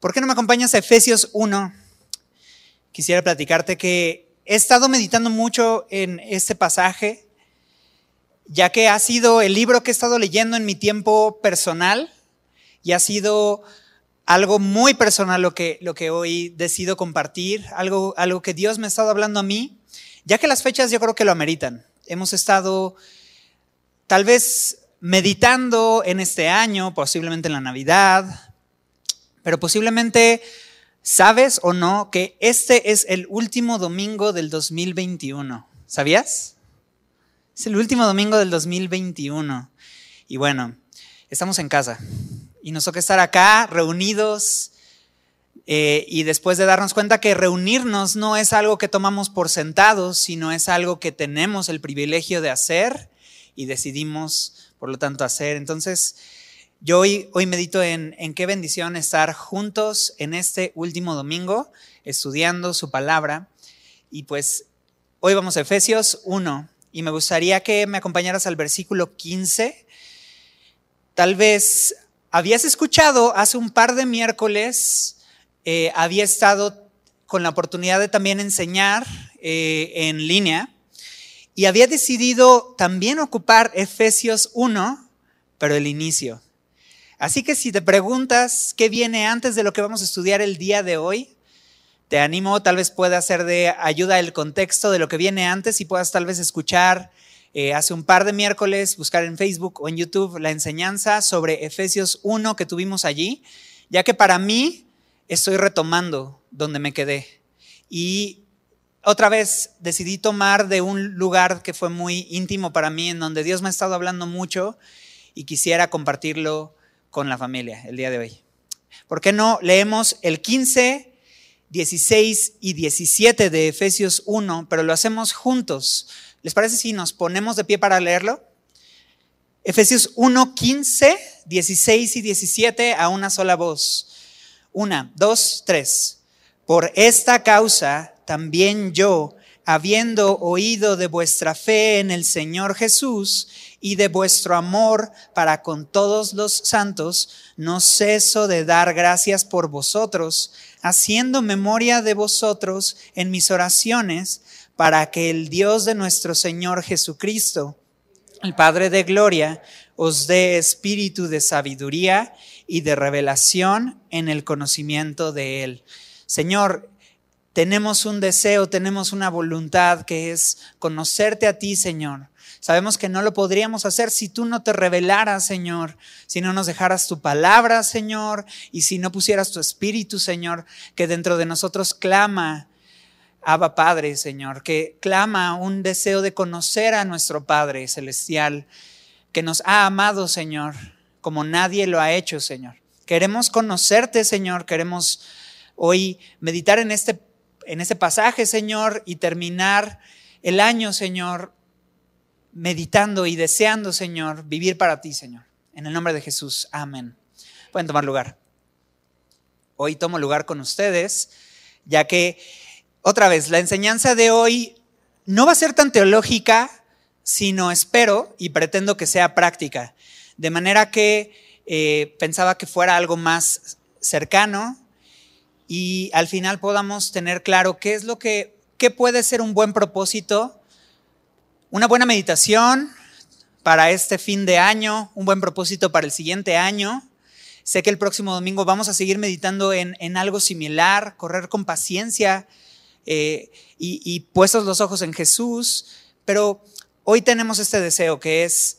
¿Por qué no me acompañas a Efesios 1? Quisiera platicarte que he estado meditando mucho en este pasaje, ya que ha sido el libro que he estado leyendo en mi tiempo personal y ha sido algo muy personal lo que hoy decido compartir, algo que Dios me ha estado hablando a mí, ya que las fechas yo creo que lo ameritan. Hemos estado tal vez meditando en este año, posiblemente en la Navidad, pero posiblemente sabes o no que este es el último domingo del 2021. ¿Sabías? Es el último domingo del 2021. Y bueno, estamos en casa y nos toca estar acá reunidos y después de darnos cuenta que reunirnos no es algo que tomamos por sentados, sino es algo que tenemos el privilegio de hacer y decidimos, por lo tanto, hacer. Entonces, yo hoy medito en qué bendición estar juntos en este último domingo, estudiando su palabra. Y pues hoy vamos a Efesios 1 y me gustaría que me acompañaras al versículo 15. Tal vez habías escuchado hace un par de miércoles, había estado con la oportunidad de también enseñar en línea y había decidido también ocupar Efesios 1, pero el inicio. Así que si te preguntas qué viene antes de lo que vamos a estudiar el día de hoy, te animo, tal vez pueda ser de ayuda el contexto de lo que viene antes y puedas tal vez escuchar hace un par de miércoles, buscar en Facebook o en YouTube la enseñanza sobre Efesios 1 que tuvimos allí, ya que para mí estoy retomando donde me quedé. Y otra vez decidí tomar de un lugar que fue muy íntimo para mí, en donde Dios me ha estado hablando mucho y quisiera compartirlo con la familia el día de hoy. ¿Por qué no leemos el 15, 16 y 17 de Efesios 1, pero lo hacemos juntos? ¿Les parece si nos ponemos de pie para leerlo? Efesios 1, 15, 16 y 17 a una sola voz. 1, 2, 3. Por esta causa también yo, habiendo oído de vuestra fe en el Señor Jesús y de vuestro amor para con todos los santos, no ceso de dar gracias por vosotros, haciendo memoria de vosotros en mis oraciones, para que el Dios de nuestro Señor Jesucristo, el Padre de gloria, os dé espíritu de sabiduría y de revelación en el conocimiento de Él. Señor, tenemos un deseo, tenemos una voluntad que es conocerte a ti, Señor. Sabemos que no lo podríamos hacer si tú no te revelaras, Señor, si no nos dejaras tu palabra, Señor, y si no pusieras tu espíritu, Señor, que dentro de nosotros clama, Abba Padre, Señor, que clama un deseo de conocer a nuestro Padre celestial, que nos ha amado, Señor, como nadie lo ha hecho, Señor. Queremos conocerte, Señor, queremos hoy meditar en este pasaje, Señor, y terminar el año, Señor, meditando y deseando, Señor, vivir para ti, Señor. En el nombre de Jesús, amén. Pueden tomar lugar. Hoy tomo lugar con ustedes, ya que, otra vez, la enseñanza de hoy no va a ser tan teológica, sino espero y pretendo que sea práctica. De manera que pensaba que fuera algo más cercano y al final podamos tener claro qué puede ser un buen propósito, una buena meditación para este fin de año, un buen propósito para el siguiente año. Sé que el próximo domingo vamos a seguir meditando en algo similar, correr con paciencia y puestos los ojos en Jesús, pero hoy tenemos este deseo que es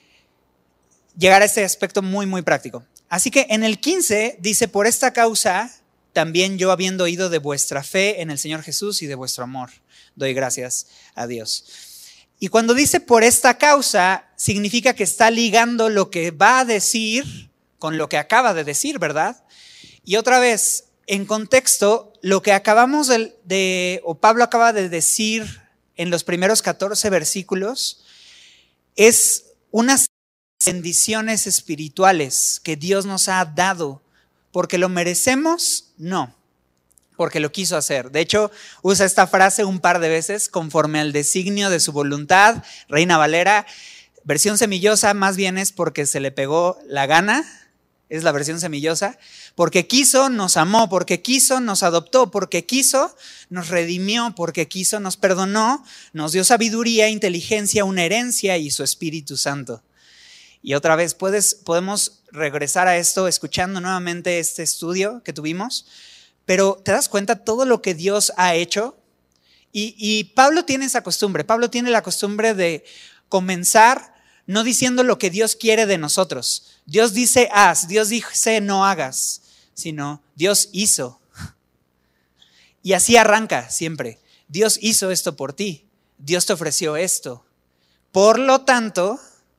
llegar a este aspecto muy, muy práctico. Así que en el 15 dice, por esta causa también yo, habiendo oído de vuestra fe en el Señor Jesús y de vuestro amor, doy gracias a Dios. Y cuando dice por esta causa, significa que está ligando lo que va a decir con lo que acaba de decir, ¿verdad? Y otra vez, en contexto, lo que acabamos o Pablo acaba de decir en los primeros 14 versículos es unas bendiciones espirituales que Dios nos ha dado. ¿Porque lo merecemos? No, porque lo quiso hacer. De hecho, usa esta frase un par de veces, conforme al designio de su voluntad. Reina Valera, versión semillosa, más bien es porque se le pegó la gana. es la versión semillosa, porque quiso, nos amó, porque quiso, nos adoptó, porque quiso, nos redimió, porque quiso, nos perdonó, nos dio sabiduría, inteligencia, una herencia y su Espíritu Santo. Y otra vez podemos regresar a esto escuchando nuevamente este estudio que tuvimos, pero ¿te das cuenta todo lo que Dios ha hecho? Y Pablo tiene esa costumbre, Pablo tiene la costumbre de comenzar no diciendo lo que Dios quiere de nosotros. Dios dice haz, Dios dice no hagas, sino Dios hizo. Y así arranca siempre. Dios hizo esto por ti, Dios te ofreció esto. Por lo tanto,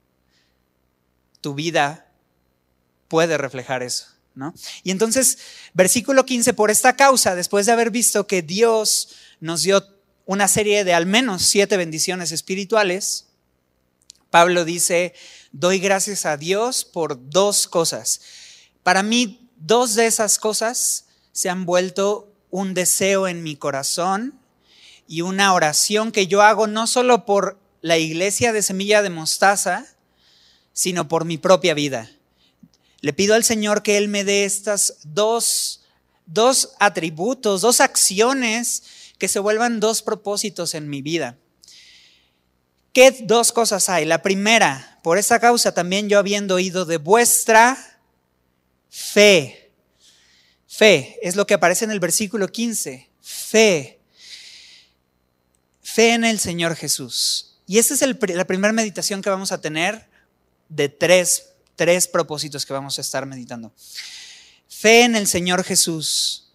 tu vida puede reflejar eso, ¿no? Y entonces, versículo 15, por esta causa, después de haber visto que Dios nos dio una serie de al menos 7 bendiciones espirituales, Pablo dice, doy gracias a Dios por 2 cosas. Para mí, 2 de esas cosas se han vuelto un deseo en mi corazón y una oración que yo hago no solo por la iglesia de Semilla de Mostaza, sino por mi propia vida. Le pido al Señor que Él me dé estas dos atributos, 2 acciones que se vuelvan 2 propósitos en mi vida. ¿Qué 2 cosas hay? La primera, por esta causa también yo habiendo oído de vuestra fe. Fe es lo que aparece en el versículo 15. Fe. Fe en el Señor Jesús. Y esta es la primera meditación que vamos a tener de 3 propósitos que vamos a estar meditando. Fe en el Señor Jesús.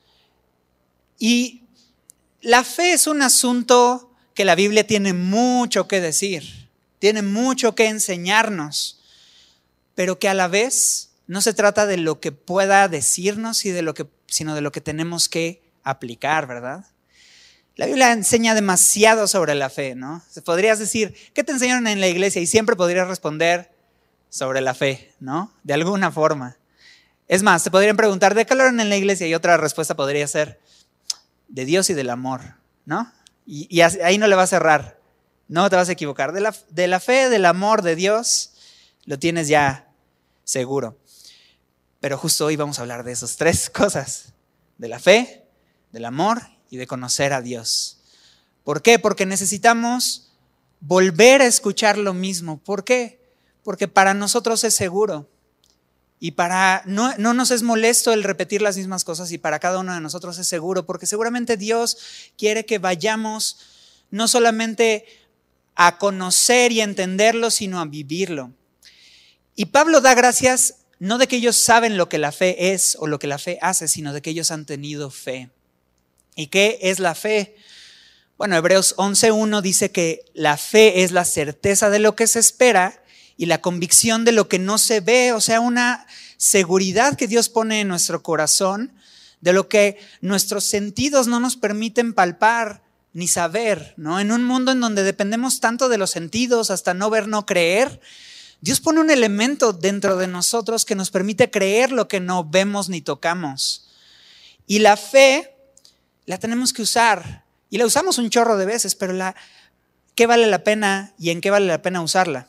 Y la fe es un asunto que la Biblia tiene mucho que decir, tiene mucho que enseñarnos, pero que a la vez no se trata de lo que pueda decirnos, sino de lo que tenemos que aplicar, ¿verdad? La Biblia enseña demasiado sobre la fe, ¿no? Podrías decir, ¿qué te enseñaron en la iglesia? Y siempre podrías responder sobre la fe, ¿no? De alguna forma. Es más, te podrían preguntar, ¿de qué hablaron en la iglesia? Y otra respuesta podría ser, de Dios y del amor, ¿no? Y ahí no le vas a errar, no te vas a equivocar. De la fe, del amor de Dios, lo tienes ya seguro. Pero justo hoy vamos a hablar de esas 3 cosas, de la fe, del amor y de conocer a Dios. ¿Por qué? Porque necesitamos volver a escuchar lo mismo. ¿Por qué? Porque para nosotros es seguro. Y no nos es molesto el repetir las mismas cosas, y para cada uno de nosotros es seguro, porque seguramente Dios quiere que vayamos no solamente a conocer y entenderlo, sino a vivirlo. Y Pablo da gracias no de que ellos saben lo que la fe es o lo que la fe hace, sino de que ellos han tenido fe. ¿Y qué es la fe? Bueno, Hebreos 11:1 dice que la fe es la certeza de lo que se espera y la convicción de lo que no se ve, o sea, una seguridad que Dios pone en nuestro corazón de lo que nuestros sentidos no nos permiten palpar ni saber, ¿no? En un mundo en donde dependemos tanto de los sentidos hasta no ver, no creer, Dios pone un elemento dentro de nosotros que nos permite creer lo que no vemos ni tocamos. Y la fe la tenemos que usar, y la usamos un chorro de veces, pero ¿qué vale la pena y en qué vale la pena usarla?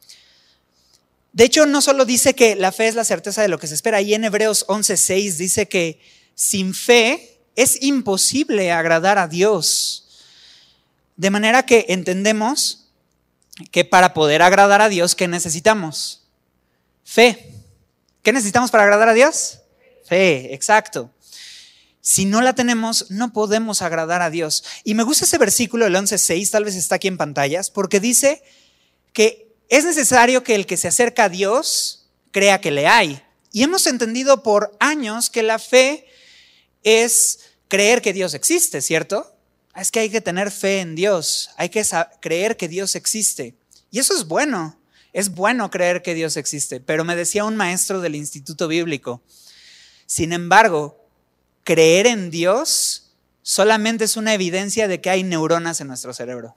De hecho, no solo dice que la fe es la certeza de lo que se espera, y en Hebreos 11:6 dice que sin fe es imposible agradar a Dios. De manera que entendemos que para poder agradar a Dios, ¿qué necesitamos? Fe. ¿Qué necesitamos para agradar a Dios? Fe, exacto. Si no la tenemos, no podemos agradar a Dios. Y me gusta ese versículo, el 11:6, tal vez está aquí en pantallas, porque dice que es necesario que el que se acerca a Dios crea que le hay. Y hemos entendido por años que la fe es creer que Dios existe, ¿cierto? Es que hay que tener fe en Dios, hay que creer que Dios existe. Y eso es bueno creer que Dios existe. Pero me decía un maestro del Instituto Bíblico, sin embargo, creer en Dios solamente es una evidencia de que hay neuronas en nuestro cerebro.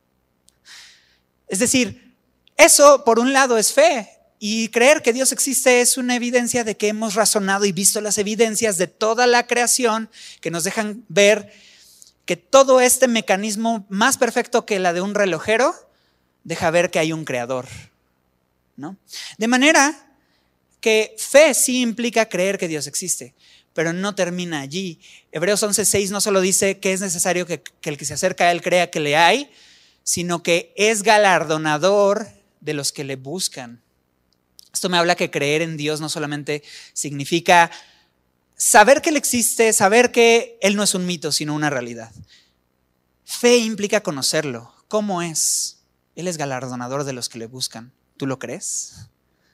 Es decir, eso por un lado es fe, y creer que Dios existe es una evidencia de que hemos razonado y visto las evidencias de toda la creación que nos dejan ver que todo este mecanismo más perfecto que la de un relojero deja ver que hay un creador, ¿no? De manera que fe sí implica creer que Dios existe, pero no termina allí. Hebreos 11:6 no solo dice que es necesario que el que se acerca a Él crea que le hay, sino que es galardonador de los que le buscan. Esto me habla que creer en Dios no solamente significa saber que Él existe, saber que Él no es un mito, sino una realidad. Fe implica conocerlo. ¿Cómo es? Él es galardonador de los que le buscan. ¿Tú lo crees?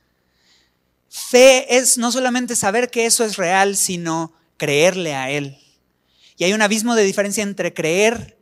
Fe es no solamente saber que eso es real, sino creerle a Él. Y hay un abismo de diferencia entre creerle,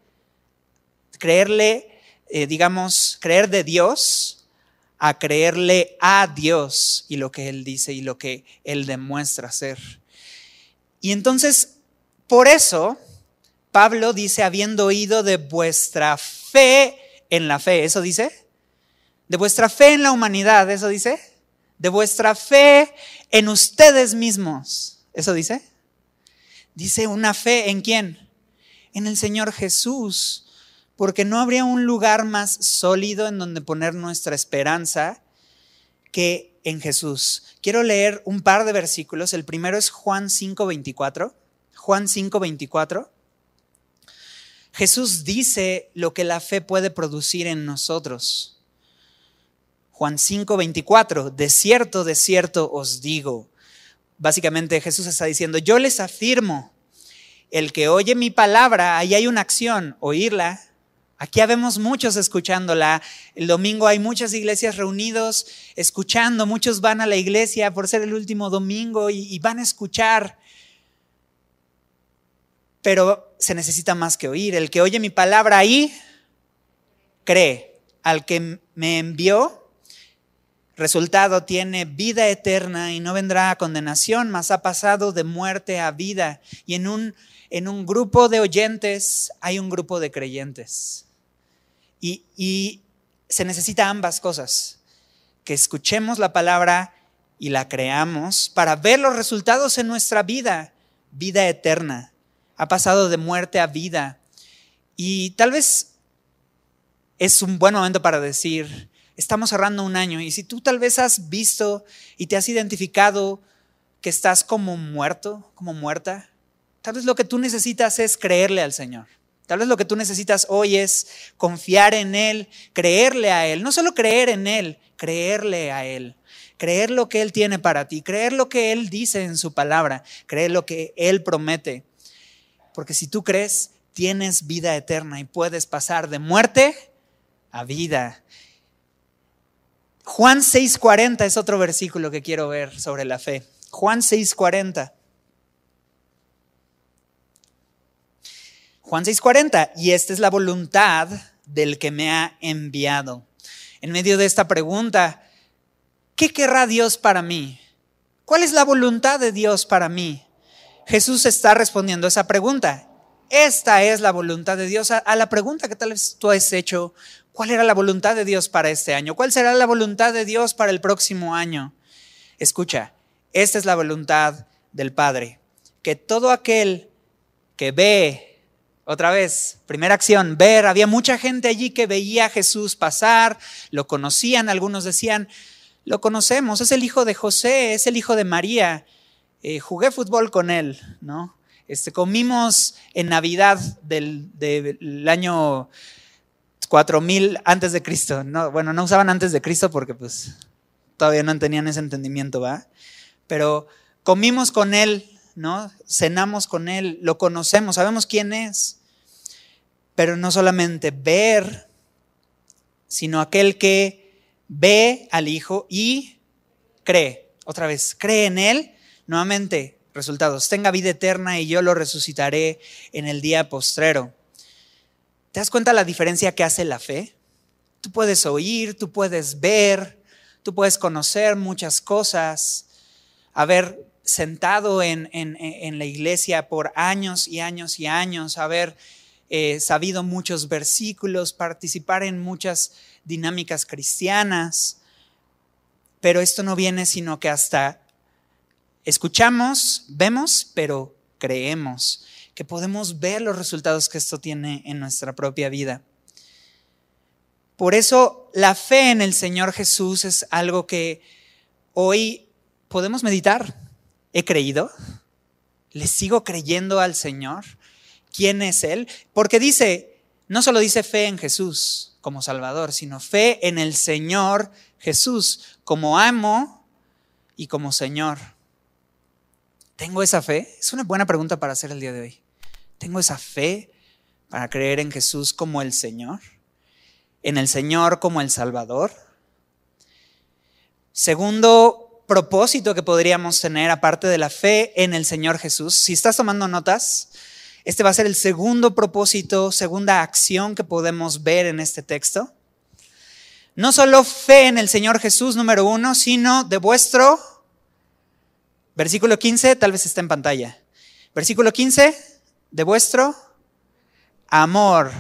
creer de Dios a creerle a Dios y lo que Él dice y lo que Él demuestra ser. Y entonces, por eso, Pablo dice, habiendo oído de vuestra fe en la fe, ¿eso dice? De vuestra fe en la humanidad, ¿eso dice? De vuestra fe en ustedes mismos, ¿eso dice? Dice una fe ¿en quién? En el Señor Jesús. Porque no habría un lugar más sólido en donde poner nuestra esperanza que en Jesús. Quiero leer un par de versículos. El primero es Juan 5:24. Juan 5:24. Jesús dice lo que la fe puede producir en nosotros. Juan 5:24. De cierto os digo. Básicamente Jesús está diciendo, yo les afirmo, el que oye mi palabra, ahí hay una acción, oírla. Aquí habemos muchos escuchándola. El domingo hay muchas iglesias reunidos escuchando. Muchos van a la iglesia por ser el último domingo y van a escuchar. Pero se necesita más que oír. El que oye mi palabra ahí, cree. Al que me envió, resultado tiene vida eterna y no vendrá a condenación, mas ha pasado de muerte a vida. Y en un grupo de oyentes hay un grupo de creyentes. Y se necesita ambas cosas, que escuchemos la palabra y la creamos para ver los resultados en nuestra vida, vida eterna. Ha pasado de muerte a vida. Y tal vez es un buen momento para decir, estamos cerrando un año y si tú tal vez has visto y te has identificado que estás como muerto, como muerta, tal vez lo que tú necesitas es creerle al Señor. Tal vez lo que tú necesitas hoy es confiar en Él, creerle a Él. No solo creer en Él, creerle a Él. Creer lo que Él tiene para ti, creer lo que Él dice en su palabra, creer lo que Él promete. Porque si tú crees, tienes vida eterna y puedes pasar de muerte a vida. Juan 6:40 es otro versículo que quiero ver sobre la fe. Juan 6:40. Juan 6:40, y esta es la voluntad del que me ha enviado. En medio de esta pregunta, ¿qué querrá Dios para mí? ¿Cuál es la voluntad de Dios para mí? Jesús está respondiendo esa pregunta. Esta es la voluntad de Dios. A la pregunta que tal vez tú has hecho, ¿cuál era la voluntad de Dios para este año? ¿Cuál será la voluntad de Dios para el próximo año? Escucha, esta es la voluntad del Padre, que todo aquel que ve. Otra vez, primera acción, ver. Había mucha gente allí que veía a Jesús pasar, lo conocían, algunos decían, lo conocemos, es el hijo de José, es el hijo de María, jugué fútbol con él, ¿no? Comimos en Navidad del año 4000 antes de Cristo, no, bueno, no usaban antes de Cristo porque pues todavía no tenían ese entendimiento, ¿va? Pero comimos con él, ¿no? Cenamos con él, lo conocemos, sabemos quién es. Pero no solamente ver, sino aquel que ve al Hijo y cree. Otra vez, cree en Él. Nuevamente, resultados. Tenga vida eterna y yo lo resucitaré en el día postrero. ¿Te das cuenta la diferencia que hace la fe? Tú puedes oír, tú puedes ver, tú puedes conocer muchas cosas, haber sentado en la iglesia por años y años y años, haber sabido muchos versículos, participar en muchas dinámicas cristianas, pero esto no viene sino que hasta escuchamos, vemos, pero creemos que podemos ver los resultados que esto tiene en nuestra propia vida. Por eso la fe en el Señor Jesús es algo que hoy podemos meditar. ¿He creído? ¿Le sigo creyendo al Señor? ¿Quién es Él? Porque no solo dice fe en Jesús como Salvador, sino fe en el Señor Jesús como amo y como Señor. ¿Tengo esa fe? Es una buena pregunta para hacer el día de hoy. ¿Tengo esa fe para creer en Jesús como el Señor? ¿En el Señor como el Salvador? Segundo propósito que podríamos tener, aparte de la fe en el Señor Jesús, si estás tomando notas, este va a ser el segundo propósito, segunda acción que podemos ver en este texto. No solo fe en el Señor Jesús, número 1, sino de vuestro, versículo 15, tal vez está en pantalla. Versículo 15, de vuestro amor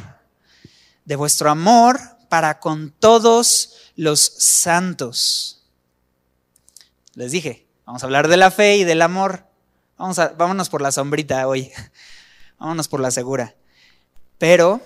para con todos los santos. Les dije, vamos a hablar de la fe y del amor. Vámonos por la sombrita hoy. Vámonos por la segura. Pero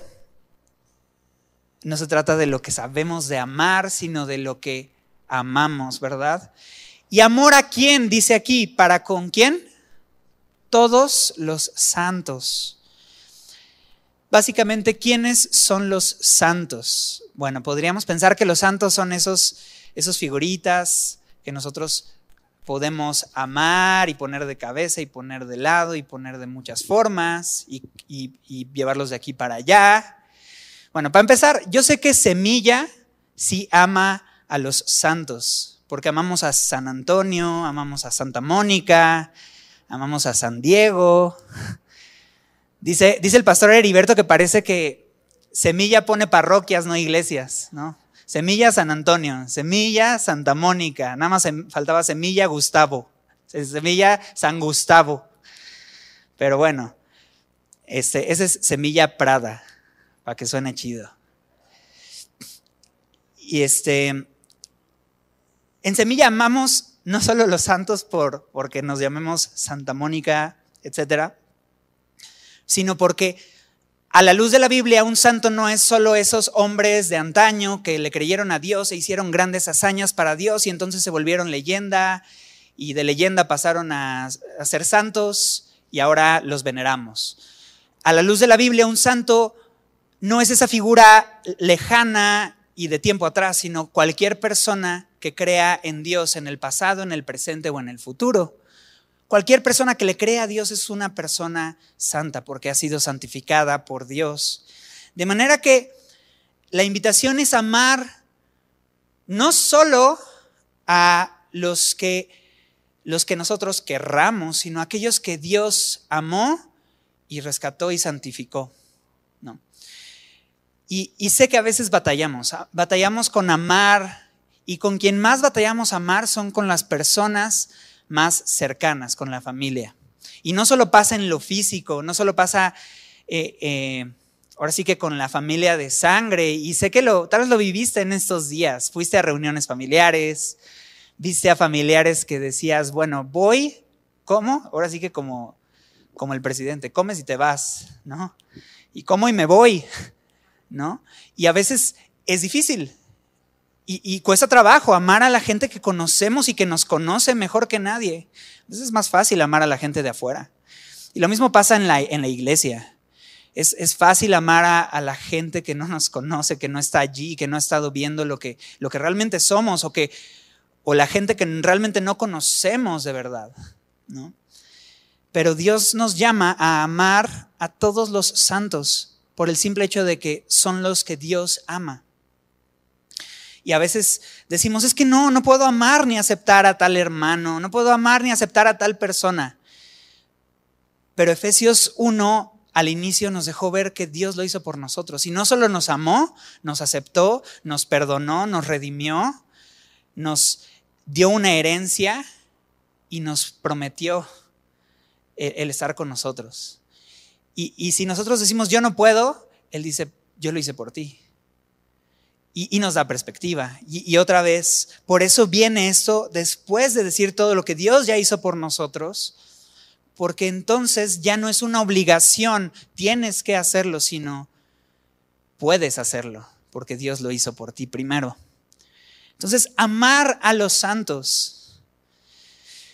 no se trata de lo que sabemos de amar, sino de lo que amamos, ¿verdad? ¿Y amor a quién? Dice aquí, ¿para con quién? Todos los santos. Básicamente, ¿quiénes son los santos? Bueno, podríamos pensar que los santos son esos figuritas que nosotros podemos amar y poner de cabeza y poner de lado y poner de muchas formas y llevarlos de aquí para allá. Bueno, para empezar, yo sé que Semilla sí ama a los santos, porque amamos a San Antonio, amamos a Santa Mónica, amamos a San Diego. Dice el pastor Heriberto que parece que Semilla pone parroquias, no iglesias, ¿no? Semilla San Antonio, Semilla Santa Mónica, nada más faltaba Semilla Gustavo, Semilla San Gustavo. Pero bueno, ese es Semilla Prada, para que suene chido. Y en Semilla amamos no solo los santos porque nos llamemos Santa Mónica, etcétera, sino porque a la luz de la Biblia, un santo no es solo esos hombres de antaño que le creyeron a Dios e hicieron grandes hazañas para Dios y entonces se volvieron leyenda y de leyenda pasaron a ser santos y ahora los veneramos. A la luz de la Biblia, un santo no es esa figura lejana y de tiempo atrás, sino cualquier persona que crea en Dios en el pasado, en el presente o en el futuro. Cualquier persona que le crea a Dios es una persona santa porque ha sido santificada por Dios. De manera que la invitación es amar no solo a los que nosotros querramos, sino a aquellos que Dios amó y rescató y santificó, ¿no? Y sé que a veces batallamos con amar, y con quien más batallamos amar son con las personas más cercanas, con la familia. Y no solo pasa en lo físico, no solo pasa ahora sí que con la familia de sangre, y sé que tal vez lo viviste en estos días, fuiste a reuniones familiares, viste a familiares que decías, bueno, voy, ¿cómo? Ahora sí que como el presidente, comes y te vas, ¿no? Y como y me voy, ¿no? Y a veces es difícil. Y cuesta trabajo amar a la gente que conocemos y que nos conoce mejor que nadie. A veces es más fácil amar a la gente de afuera. Y lo mismo pasa en la iglesia. Es fácil amar a la gente que no nos conoce, que no está allí, que no ha estado viendo lo que realmente somos o la gente que realmente no conocemos de verdad, ¿no? Pero Dios nos llama a amar a todos los santos por el simple hecho de que son los que Dios ama. Y a veces decimos, es que no puedo amar ni aceptar a tal hermano, no puedo amar ni aceptar a tal persona. Pero Efesios 1 al inicio nos dejó ver que Dios lo hizo por nosotros. Y no solo nos amó, nos aceptó, nos perdonó, nos redimió, nos dio una herencia y nos prometió el estar con nosotros. Y si nosotros decimos, yo no puedo, Él dice, yo lo hice por ti. Y nos da perspectiva. Y otra vez, por eso viene esto después de decir todo lo que Dios ya hizo por nosotros, porque entonces ya no es una obligación, tienes que hacerlo, sino puedes hacerlo, porque Dios lo hizo por ti primero. Entonces, amar a los santos.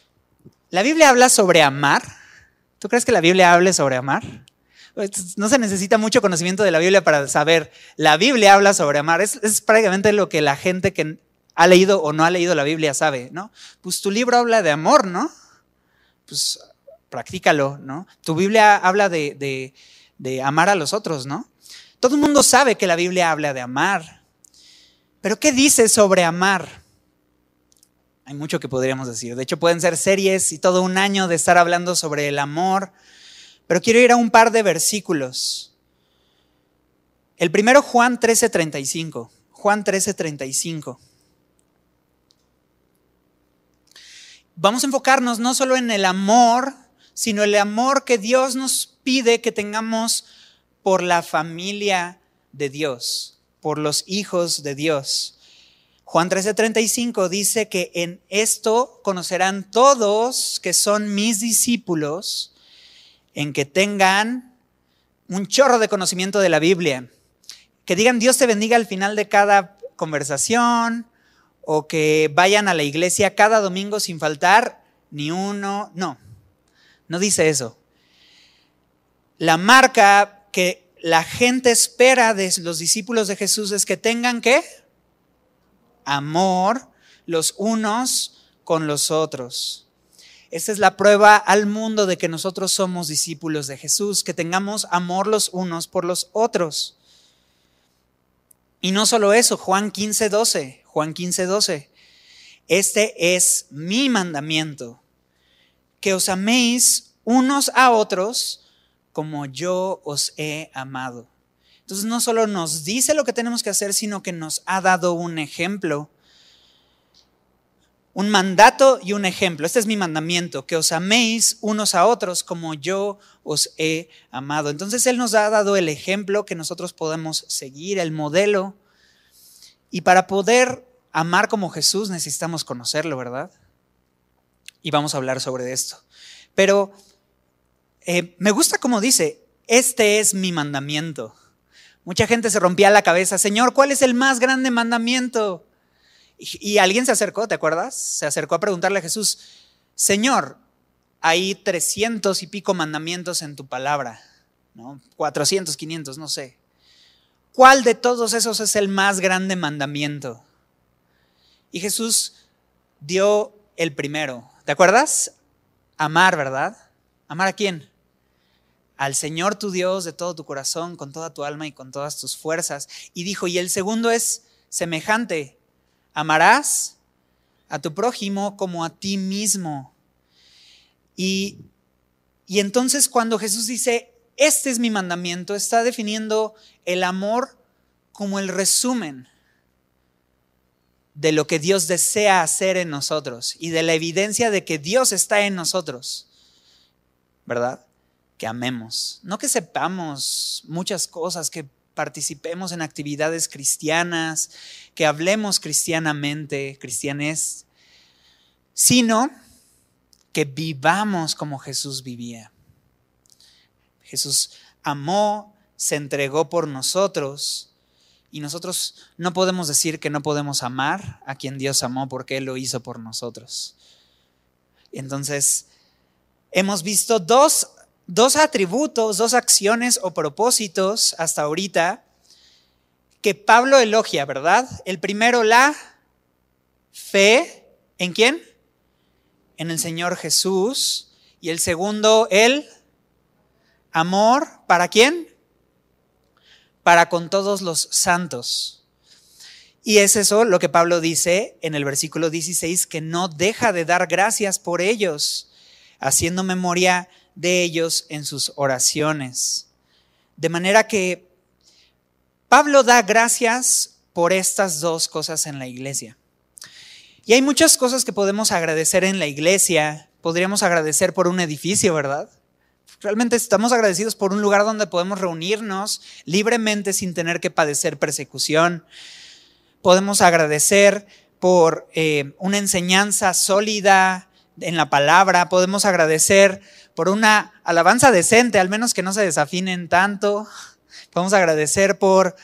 ¿La Biblia habla sobre amar? ¿Tú crees que la Biblia hable sobre amar? No se necesita mucho conocimiento de la Biblia para saber. La Biblia habla sobre amar. Es prácticamente lo que la gente que ha leído o no ha leído la Biblia sabe, ¿no? Pues tu libro habla de amor, ¿no? Pues practícalo, ¿no? Tu Biblia habla de amar a los otros, ¿no? Todo el mundo sabe que la Biblia habla de amar. Pero ¿qué dice sobre amar? Hay mucho que podríamos decir. De hecho, pueden ser series y todo un año de estar hablando sobre el amor. Pero quiero ir a un par de versículos. El primero, Juan 13:35. Juan 13:35. Vamos a enfocarnos no solo en el amor, sino el amor que Dios nos pide que tengamos por la familia de Dios, por los hijos de Dios. Juan 13:35 dice que en esto conocerán todos que son mis discípulos, en que tengan un chorro de conocimiento de la Biblia. Que digan Dios te bendiga al final de cada conversación, o que vayan a la iglesia cada domingo sin faltar ni uno. No dice eso. La marca que la gente espera de los discípulos de Jesús es que tengan ¿qué? Amor los unos con los otros. Esta es la prueba al mundo de que nosotros somos discípulos de Jesús, que tengamos amor los unos por los otros. Y no solo eso, Juan 15:12. Este es mi mandamiento, que os améis unos a otros como yo os he amado. Entonces no solo nos dice lo que tenemos que hacer, sino que nos ha dado un ejemplo. Un mandato y un ejemplo. Este es mi mandamiento, que os améis unos a otros como yo os he amado. Entonces Él nos ha dado el ejemplo que nosotros podemos seguir, el modelo. Y para poder amar como Jesús necesitamos conocerlo, ¿verdad? Y vamos a hablar sobre esto. Pero me gusta como dice, este es mi mandamiento. Mucha gente se rompía la cabeza, Señor, ¿cuál es el más grande mandamiento? Y alguien se acercó, ¿te acuerdas? Se acercó a preguntarle a Jesús, Señor, hay 300 y pico mandamientos en tu palabra, ¿no? 400, 500, no sé. ¿Cuál de todos esos es el más grande mandamiento? Y Jesús dio el primero, ¿te acuerdas? Amar, ¿verdad? ¿Amar a quién? Al Señor tu Dios de todo tu corazón, con toda tu alma y con todas tus fuerzas. Y dijo, y el segundo es semejante. Amarás a tu prójimo como a ti mismo. Y entonces cuando Jesús dice, este es mi mandamiento, está definiendo el amor como el resumen de lo que Dios desea hacer en nosotros y de la evidencia de que Dios está en nosotros, ¿verdad? Que amemos, no que sepamos muchas cosas, que participemos en actividades cristianas, que hablemos cristianamente, cristianés, sino que vivamos como Jesús vivía. Jesús amó, se entregó por nosotros y nosotros no podemos decir que no podemos amar a quien Dios amó porque Él lo hizo por nosotros. Entonces, hemos visto dos atributos, dos acciones o propósitos hasta ahorita que Pablo elogia, ¿verdad? El primero, la fe, ¿en quién? En el Señor Jesús. Y el segundo, el amor, ¿para quién? Para con todos los santos. Y es eso lo que Pablo dice en el versículo 16, que no deja de dar gracias por ellos, haciendo memoria de ellos en sus oraciones. De manera que Pablo da gracias por estas dos cosas en la iglesia. Y hay muchas cosas que podemos agradecer en la iglesia. Podríamos agradecer por un edificio, ¿verdad? Realmente estamos agradecidos por un lugar donde podemos reunirnos libremente sin tener que padecer persecución. Podemos agradecer por una enseñanza sólida en la palabra. Podemos agradecer por una alabanza decente, al menos que no se desafinen tanto. Podemos agradecer por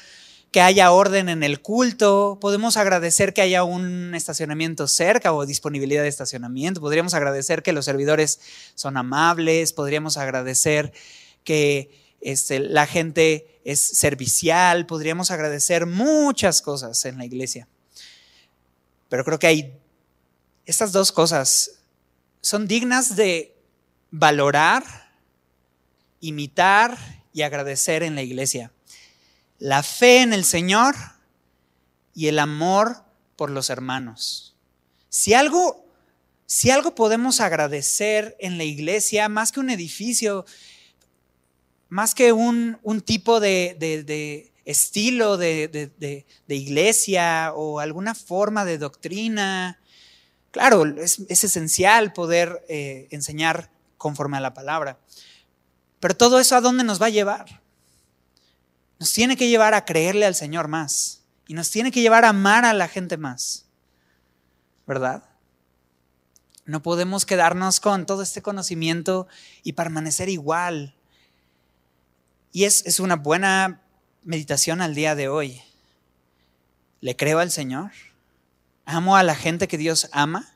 que haya orden en el culto, podemos agradecer que haya un estacionamiento cerca o disponibilidad de estacionamiento, podríamos agradecer que los servidores son amables, podríamos agradecer que la gente es servicial, podríamos agradecer muchas cosas en la iglesia. Pero creo que hay estas dos cosas son dignas de valorar, imitar y agradecer en la iglesia. La fe en el Señor y el amor por los hermanos. Si algo podemos agradecer en la iglesia, más que un edificio, más que un tipo de estilo de iglesia o alguna forma de doctrina, claro, es esencial poder enseñar conforme a la palabra. Pero todo eso, ¿a dónde nos va a llevar? Nos tiene que llevar a creerle al Señor más. Y nos tiene que llevar a amar a la gente más. ¿Verdad? No podemos quedarnos con todo este conocimiento y permanecer igual. Y es una buena meditación al día de hoy. ¿Le creo al Señor? ¿Amo a la gente que Dios ama?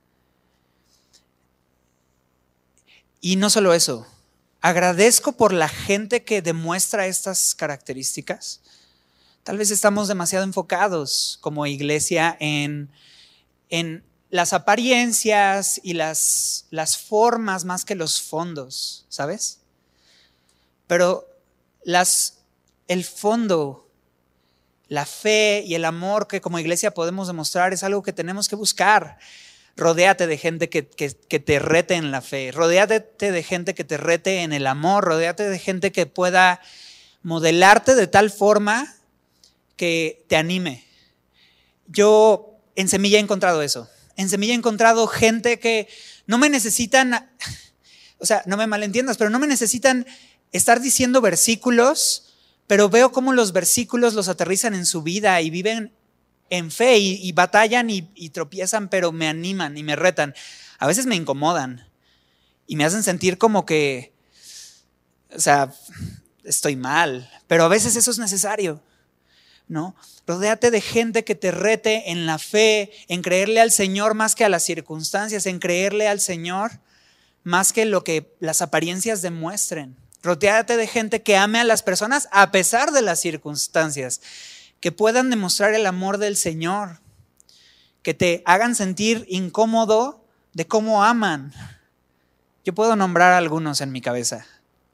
Y no solo eso. Agradezco por la gente que demuestra estas características. Tal vez estamos demasiado enfocados como iglesia en las apariencias y las formas más que los fondos, ¿sabes? Pero el fondo, la fe y el amor que como iglesia podemos demostrar es algo que tenemos que buscar. Rodéate de gente que te rete en la fe, rodéate de gente que te rete en el amor, rodéate de gente que pueda modelarte de tal forma que te anime. Yo en Semilla he encontrado eso. En Semilla he encontrado gente que no me necesitan, o sea, no me malentiendas, pero no me necesitan estar diciendo versículos, pero veo cómo los versículos los aterrizan en su vida y viven en fe y batallan y tropiezan, pero me animan y me retan. A veces me incomodan y me hacen sentir como que, o sea, estoy mal, pero a veces eso es necesario, ¿no? Rodéate de gente que te rete en la fe, en creerle al Señor más que a las circunstancias, en creerle al Señor más que lo que las apariencias demuestren. Rodéate de gente que ame a las personas a pesar de las circunstancias, que puedan demostrar el amor del Señor, que te hagan sentir incómodo de cómo aman. Yo puedo nombrar algunos en mi cabeza.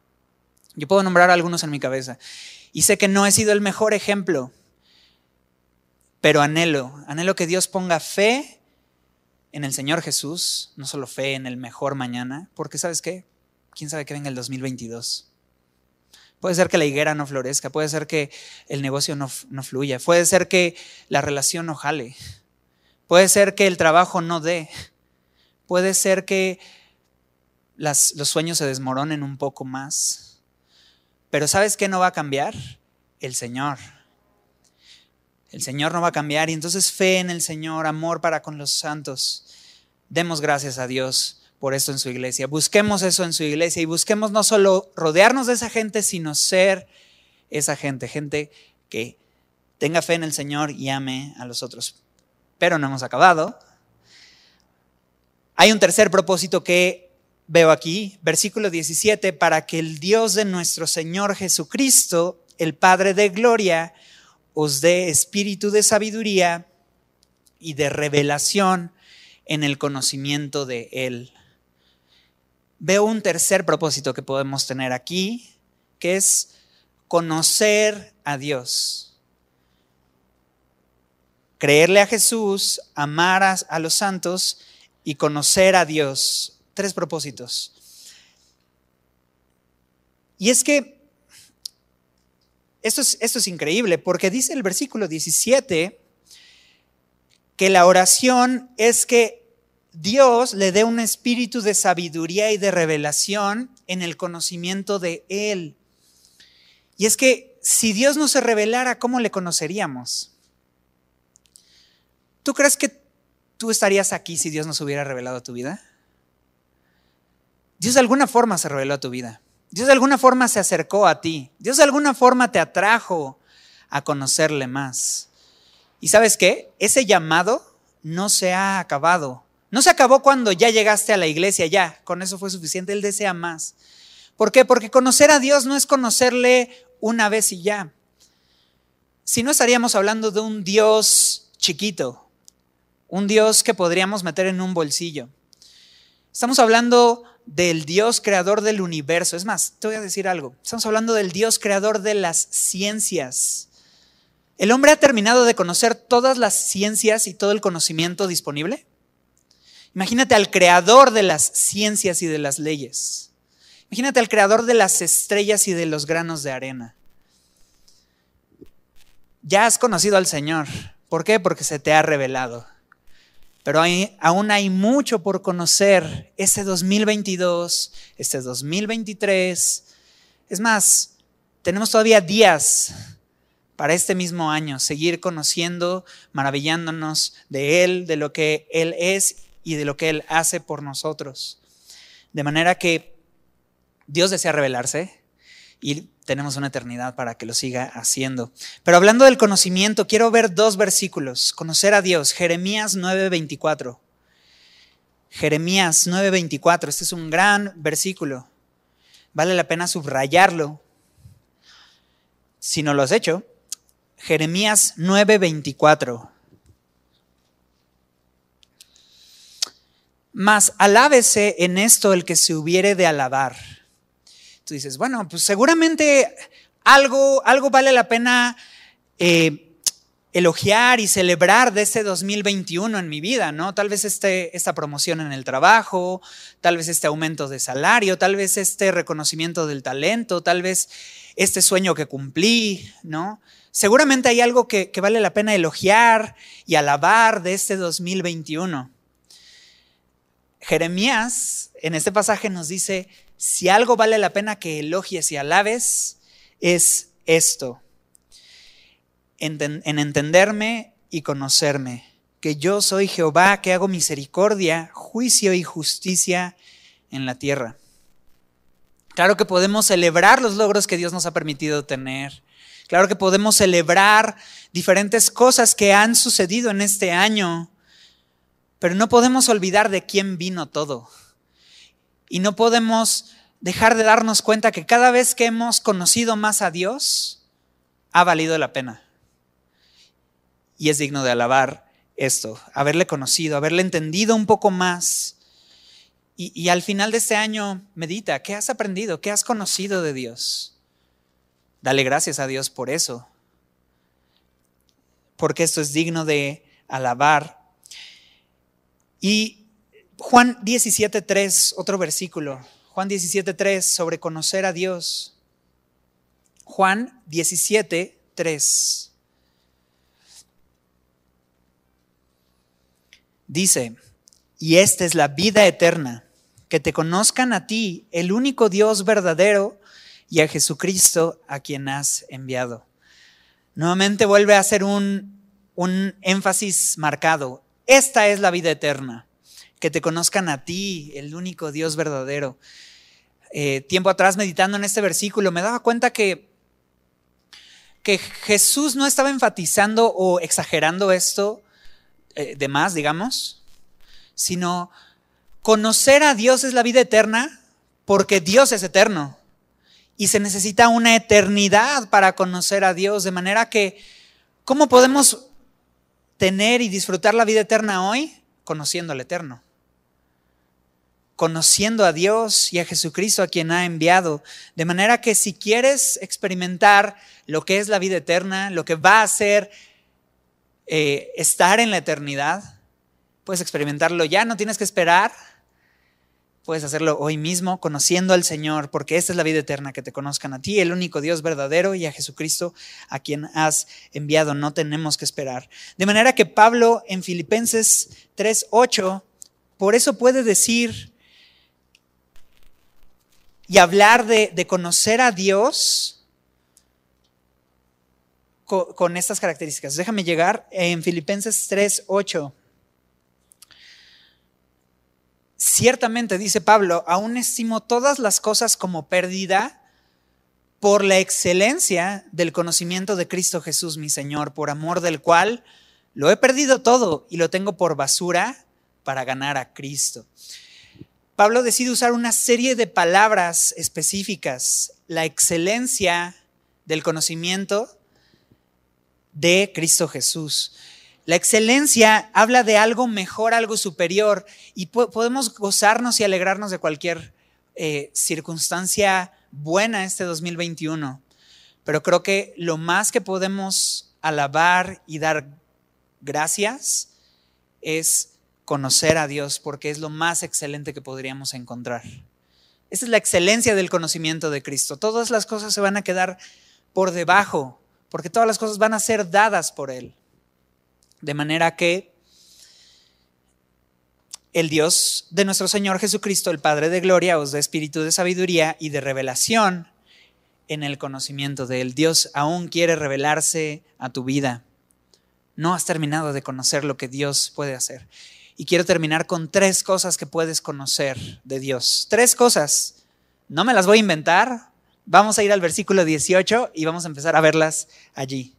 Y sé que no he sido el mejor ejemplo, pero anhelo que Dios ponga fe en el Señor Jesús, no solo fe en el mejor mañana, porque ¿sabes qué? ¿Quién sabe que venga el 2022? Puede ser que la higuera no florezca, puede ser que el negocio no fluya, puede ser que la relación no jale, puede ser que el trabajo no dé, puede ser que los sueños se desmoronen un poco más. Pero ¿sabes qué no va a cambiar? El Señor. El Señor no va a cambiar y entonces fe en el Señor, amor para con los santos. Demos gracias a Dios por esto en su iglesia. Busquemos eso en su iglesia y busquemos no solo rodearnos de esa gente, sino ser esa gente que tenga fe en el Señor y ame a los otros. Pero no hemos acabado. Hay un tercer propósito que veo aquí, versículo 17, para que el Dios de nuestro Señor Jesucristo, el Padre de gloria, os dé espíritu de sabiduría y de revelación en el conocimiento de Él. Veo un tercer propósito que podemos tener aquí, que es conocer a Dios. Creerle a Jesús, amar a los santos y conocer a Dios. 3 propósitos. Y es que esto es increíble, porque dice el versículo 17 que la oración es que Dios le dé un espíritu de sabiduría y de revelación en el conocimiento de Él. Y es que si Dios no se revelara, ¿cómo le conoceríamos? ¿Tú crees que tú estarías aquí si Dios no se hubiera revelado a tu vida? Dios de alguna forma se reveló a tu vida. Dios de alguna forma se acercó a ti. Dios de alguna forma te atrajo a conocerle más. ¿Y sabes qué? Ese llamado no se ha acabado. No se acabó cuando ya llegaste a la iglesia, ya, con eso fue suficiente. Él desea más. ¿Por qué? Porque conocer a Dios no es conocerle una vez y ya. Si no, estaríamos hablando de un Dios chiquito, un Dios que podríamos meter en un bolsillo. Estamos hablando del Dios creador del universo. Es más, te voy a decir algo. Estamos hablando del Dios creador de las ciencias. ¿El hombre ha terminado de conocer todas las ciencias y todo el conocimiento disponible? Imagínate al creador de las ciencias y de las leyes. Imagínate al creador de las estrellas y de los granos de arena. Ya has conocido al Señor. ¿Por qué? Porque se te ha revelado. Pero aún hay mucho por conocer este 2022, este 2023. Es más, tenemos todavía días para este mismo año seguir conociendo, maravillándonos de Él, de lo que Él es y de lo que Él hace por nosotros. De manera que Dios desea revelarse y tenemos una eternidad para que lo siga haciendo. Pero hablando del conocimiento, quiero ver 2 versículos. Conocer a Dios, Jeremías 9:24. Jeremías 9:24, este es un gran versículo. Vale la pena subrayarlo. Si no lo has hecho, Jeremías 9:24. Mas alábese en esto el que se hubiere de alabar. Tú dices, bueno, pues seguramente algo vale la pena elogiar y celebrar de este 2021 en mi vida, ¿no? Tal vez esta promoción en el trabajo, tal vez este aumento de salario, tal vez este reconocimiento del talento, tal vez este sueño que cumplí, ¿no? Seguramente hay algo que vale la pena elogiar y alabar de este 2021. Jeremías en este pasaje nos dice, si algo vale la pena que elogies y alabes, es esto. En entenderme y conocerme, que yo soy Jehová, que hago misericordia, juicio y justicia en la tierra. Claro que podemos celebrar los logros que Dios nos ha permitido tener. Claro que podemos celebrar diferentes cosas que han sucedido en este año, pero no podemos olvidar de quién vino todo. Y no podemos dejar de darnos cuenta que cada vez que hemos conocido más a Dios, ha valido la pena. Y es digno de alabar esto, haberle conocido, haberle entendido un poco más. Y al final de este año, medita, ¿qué has aprendido? ¿Qué has conocido de Dios? Dale gracias a Dios por eso. Porque esto es digno de alabar. Y Juan 17:3, otro versículo. Juan 17:3, sobre conocer a Dios. Juan 17:3. Dice, y esta es la vida eterna, que te conozcan a ti, el único Dios verdadero, y a Jesucristo a quien has enviado. Nuevamente vuelve a hacer un énfasis marcado. Esta es la vida eterna, que te conozcan a ti, el único Dios verdadero. Tiempo atrás, meditando en este versículo, me daba cuenta que Jesús no estaba enfatizando o exagerando esto de más, digamos, sino conocer a Dios es la vida eterna porque Dios es eterno y se necesita una eternidad para conocer a Dios, de manera que ¿cómo podemos tener y disfrutar la vida eterna hoy? Conociendo al eterno, conociendo a Dios y a Jesucristo a quien ha enviado, de manera que si quieres experimentar lo que es la vida eterna, lo que va a ser estar en la eternidad, puedes experimentarlo ya, no tienes que esperar, puedes hacerlo hoy mismo conociendo al Señor, porque esta es la vida eterna, que te conozcan a ti, el único Dios verdadero, y a Jesucristo a quien has enviado. No tenemos que esperar. De manera que Pablo en Filipenses 3:8, por eso puede decir y hablar de conocer a Dios con estas características. Déjame llegar en Filipenses 3:8. Ciertamente, dice Pablo, aún estimo todas las cosas como pérdida por la excelencia del conocimiento de Cristo Jesús, mi Señor, por amor del cual lo he perdido todo y lo tengo por basura para ganar a Cristo. Pablo decide usar una serie de palabras específicas, la excelencia del conocimiento de Cristo Jesús. La excelencia habla de algo mejor, algo superior, y podemos gozarnos y alegrarnos de cualquier circunstancia buena este 2021, pero creo que lo más que podemos alabar y dar gracias es conocer a Dios, porque es lo más excelente que podríamos encontrar. Esa es la excelencia del conocimiento de Cristo. Todas las cosas se van a quedar por debajo, porque todas las cosas van a ser dadas por Él. De manera que el Dios de nuestro Señor Jesucristo, el Padre de gloria, os dé espíritu de sabiduría y de revelación en el conocimiento de Él. Dios aún quiere revelarse a tu vida. No has terminado de conocer lo que Dios puede hacer. Y quiero terminar con 3 cosas que puedes conocer de Dios. 3 cosas. No me las voy a inventar. Vamos a ir al versículo 18 y vamos a empezar a verlas allí.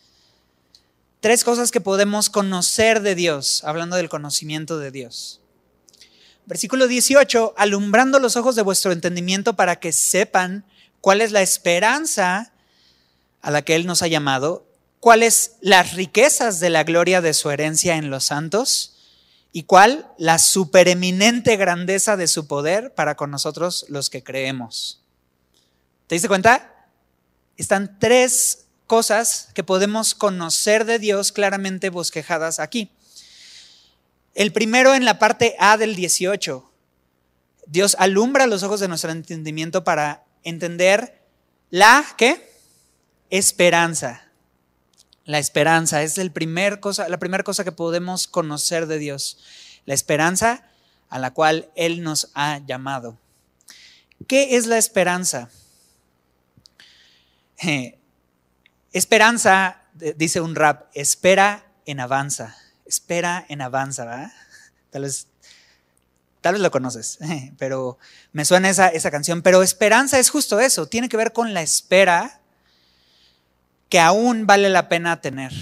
3 cosas que podemos conocer de Dios, hablando del conocimiento de Dios. Versículo 18, alumbrando los ojos de vuestro entendimiento para que sepan cuál es la esperanza a la que Él nos ha llamado, cuáles las riquezas de la gloria de su herencia en los santos y cuál la supereminente grandeza de su poder para con nosotros los que creemos. ¿Te diste cuenta? Están 3 cosas que podemos conocer de Dios claramente bosquejadas aquí. El primero en la parte A del 18. Dios alumbra los ojos de nuestro entendimiento para entender la, ¿qué? Esperanza. La esperanza es la primera cosa que podemos conocer de Dios. La esperanza a la cual Él nos ha llamado. ¿Qué es la esperanza? Esperanza, dice un rap, espera en avanza. Espera en avanza, ¿verdad? Tal vez lo conoces, pero me suena esa canción. Pero esperanza es justo eso, tiene que ver con la espera que aún vale la pena tener.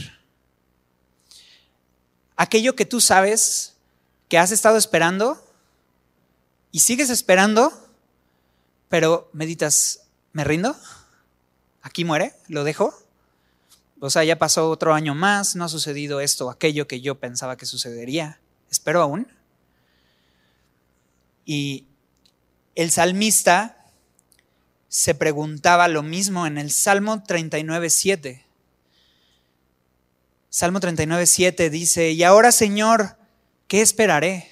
Aquello que tú sabes que has estado esperando y sigues esperando, pero meditas, ¿me rindo? ¿Aquí muere? ¿Lo dejo? O sea, ya pasó otro año más, no ha sucedido esto o aquello que yo pensaba que sucedería. ¿Espero aún? Y el salmista se preguntaba lo mismo en el Salmo 39:7. Salmo 39:7 dice, y ahora, Señor, ¿qué esperaré?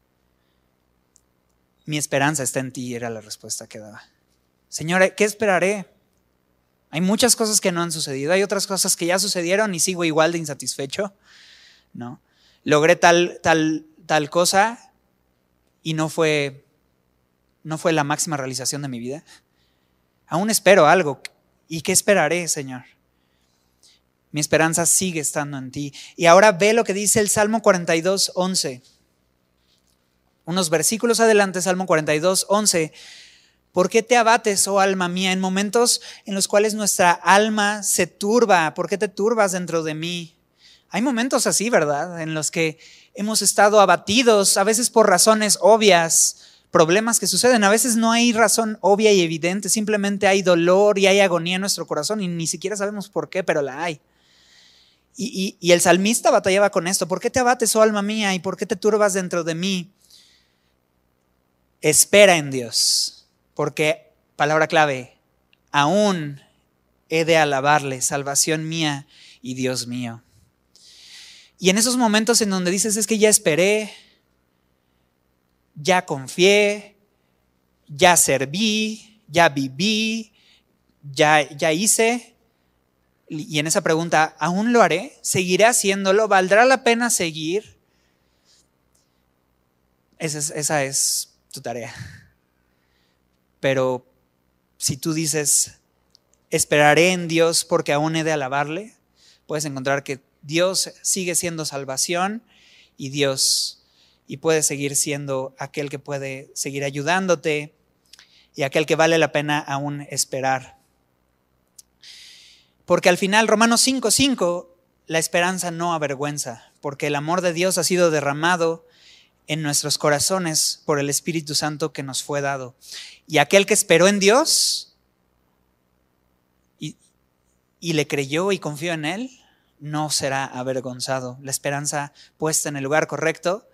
Mi esperanza está en ti, era la respuesta que daba. Señor, ¿qué esperaré? Hay muchas cosas que no han sucedido, hay otras cosas que ya sucedieron y sigo igual de insatisfecho, ¿no? Logré tal cosa y no fue la máxima realización de mi vida. Aún espero algo. ¿Y qué esperaré, Señor? Mi esperanza sigue estando en ti. Y ahora ve lo que dice el Salmo 42:11. Unos versículos adelante, Salmo 42:11. ¿Por qué te abates, oh alma mía, en momentos en los cuales nuestra alma se turba? ¿Por qué te turbas dentro de mí? Hay momentos así, ¿verdad? En los que hemos estado abatidos, a veces por razones obvias, problemas que suceden. A veces no hay razón obvia y evidente, simplemente hay dolor y hay agonía en nuestro corazón y ni siquiera sabemos por qué, pero la hay. Y el salmista batallaba con esto. ¿Por qué te abates, oh alma mía, y por qué te turbas dentro de mí? Espera en Dios, porque, palabra clave, aún he de alabarle, salvación mía y Dios mío. Y en esos momentos en donde dices, es que ya esperé, ya confié, ya serví, ya viví, ya hice. Y en esa pregunta, ¿aún lo haré? ¿Seguiré haciéndolo? ¿Valdrá la pena seguir? Esa es tu tarea. Pero si tú dices, esperaré en Dios porque aún he de alabarle, puedes encontrar que Dios sigue siendo salvación y puede seguir siendo aquel que puede seguir ayudándote y aquel que vale la pena aún esperar. Porque al final, Romanos 5:5, la esperanza no avergüenza, porque el amor de Dios ha sido derramado en nuestros corazones por el Espíritu Santo que nos fue dado. Y aquel que esperó en Dios y le creyó y confió en Él, no será avergonzado. La esperanza puesta en el lugar correcto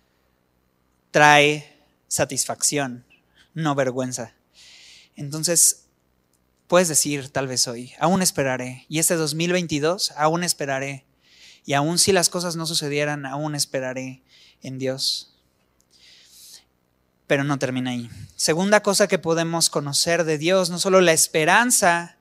trae satisfacción, no vergüenza. Entonces, puedes decir tal vez hoy, aún esperaré. Y este 2022, aún esperaré. Y aún si las cosas no sucedieran, aún esperaré en Dios. Pero no termina ahí. Segunda cosa que podemos conocer de Dios, no solo la esperanza,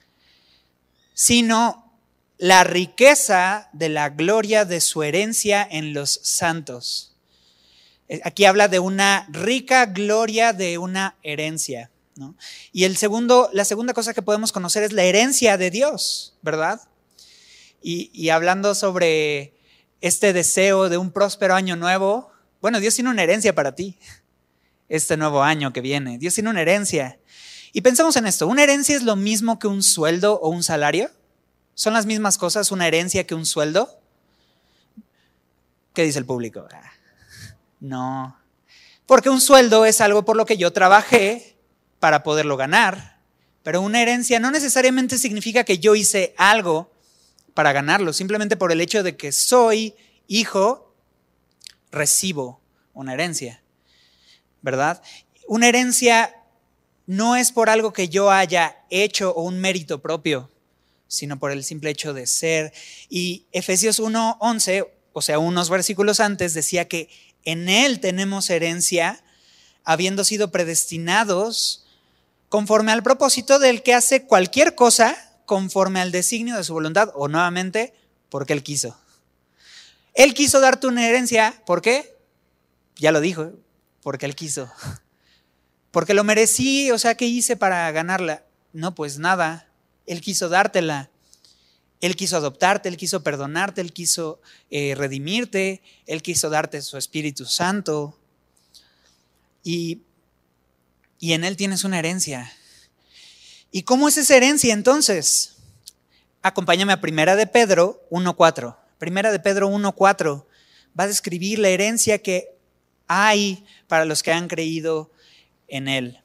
sino la riqueza de la gloria de su herencia en los santos. Aquí habla de una rica gloria de una herencia, ¿no? Y la segunda cosa que podemos conocer es la herencia de Dios, ¿verdad? Y hablando sobre este deseo de un próspero año nuevo, bueno, Dios tiene una herencia para ti, este nuevo año que viene. Dios tiene una herencia. Y pensemos en esto, ¿una herencia es lo mismo que un sueldo o un salario? ¿Son las mismas cosas una herencia que un sueldo? ¿Qué dice el público? No, porque un sueldo es algo por lo que yo trabajé para poderlo ganar, pero una herencia no necesariamente significa que yo hice algo para ganarlo, simplemente por el hecho de que soy hijo, recibo una herencia, ¿verdad? Una herencia no es por algo que yo haya hecho o un mérito propio, sino por el simple hecho de ser. Y Efesios 1:11, o sea, unos versículos antes, decía que en Él tenemos herencia, habiendo sido predestinados conforme al propósito del que hace cualquier cosa conforme al designio de su voluntad, o nuevamente, porque Él quiso. Él quiso darte una herencia, ¿por qué? Ya lo dijo, porque Él quiso. Porque lo merecí, o sea, ¿qué hice para ganarla? No, pues nada, Él quiso dártela. Él quiso adoptarte, Él quiso perdonarte, Él quiso redimirte, Él quiso darte su Espíritu Santo. Y en Él tienes una herencia. ¿Y cómo es esa herencia entonces? Acompáñame a 1 de Pedro 1:4. 1 de Pedro 1:4 va a describir la herencia que hay para los que han creído en Él.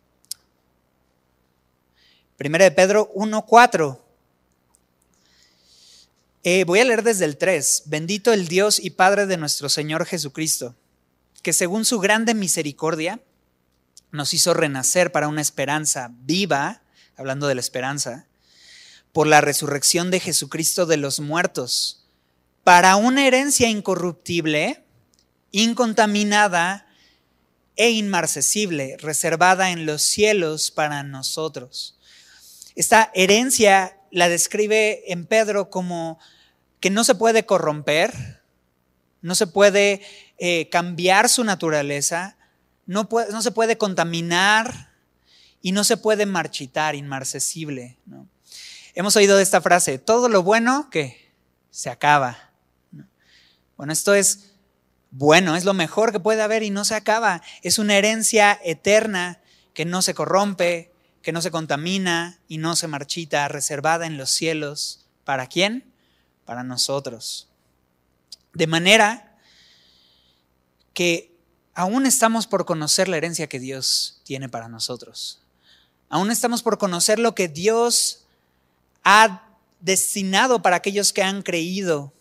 1 de Pedro 1:4. Voy a leer desde el 3. Bendito el Dios y Padre de nuestro Señor Jesucristo, que según su grande misericordia nos hizo renacer para una esperanza viva, hablando de la esperanza, por la resurrección de Jesucristo de los muertos, para una herencia incorruptible, incontaminada e inmarcesible, reservada en los cielos para nosotros. Esta herencia la describe en Pedro como que no se puede corromper, no se puede cambiar su naturaleza, no se puede contaminar y no se puede marchitar, inmarcesible, ¿no? Hemos oído de esta frase, todo lo bueno que se acaba, ¿no? Bueno, esto es bueno, es lo mejor que puede haber y no se acaba. Es una herencia eterna que no se corrompe, que no se contamina y no se marchita, reservada en los cielos. ¿Para quién? Para nosotros. De manera que aún estamos por conocer la herencia que Dios tiene para nosotros. Aún estamos por conocer lo que Dios ha destinado para aquellos que han creído.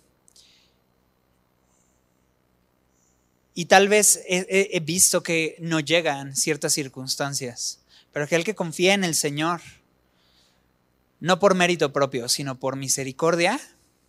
Y tal vez he visto que no llegan ciertas circunstancias, pero aquel que confía en el Señor, no por mérito propio, sino por misericordia,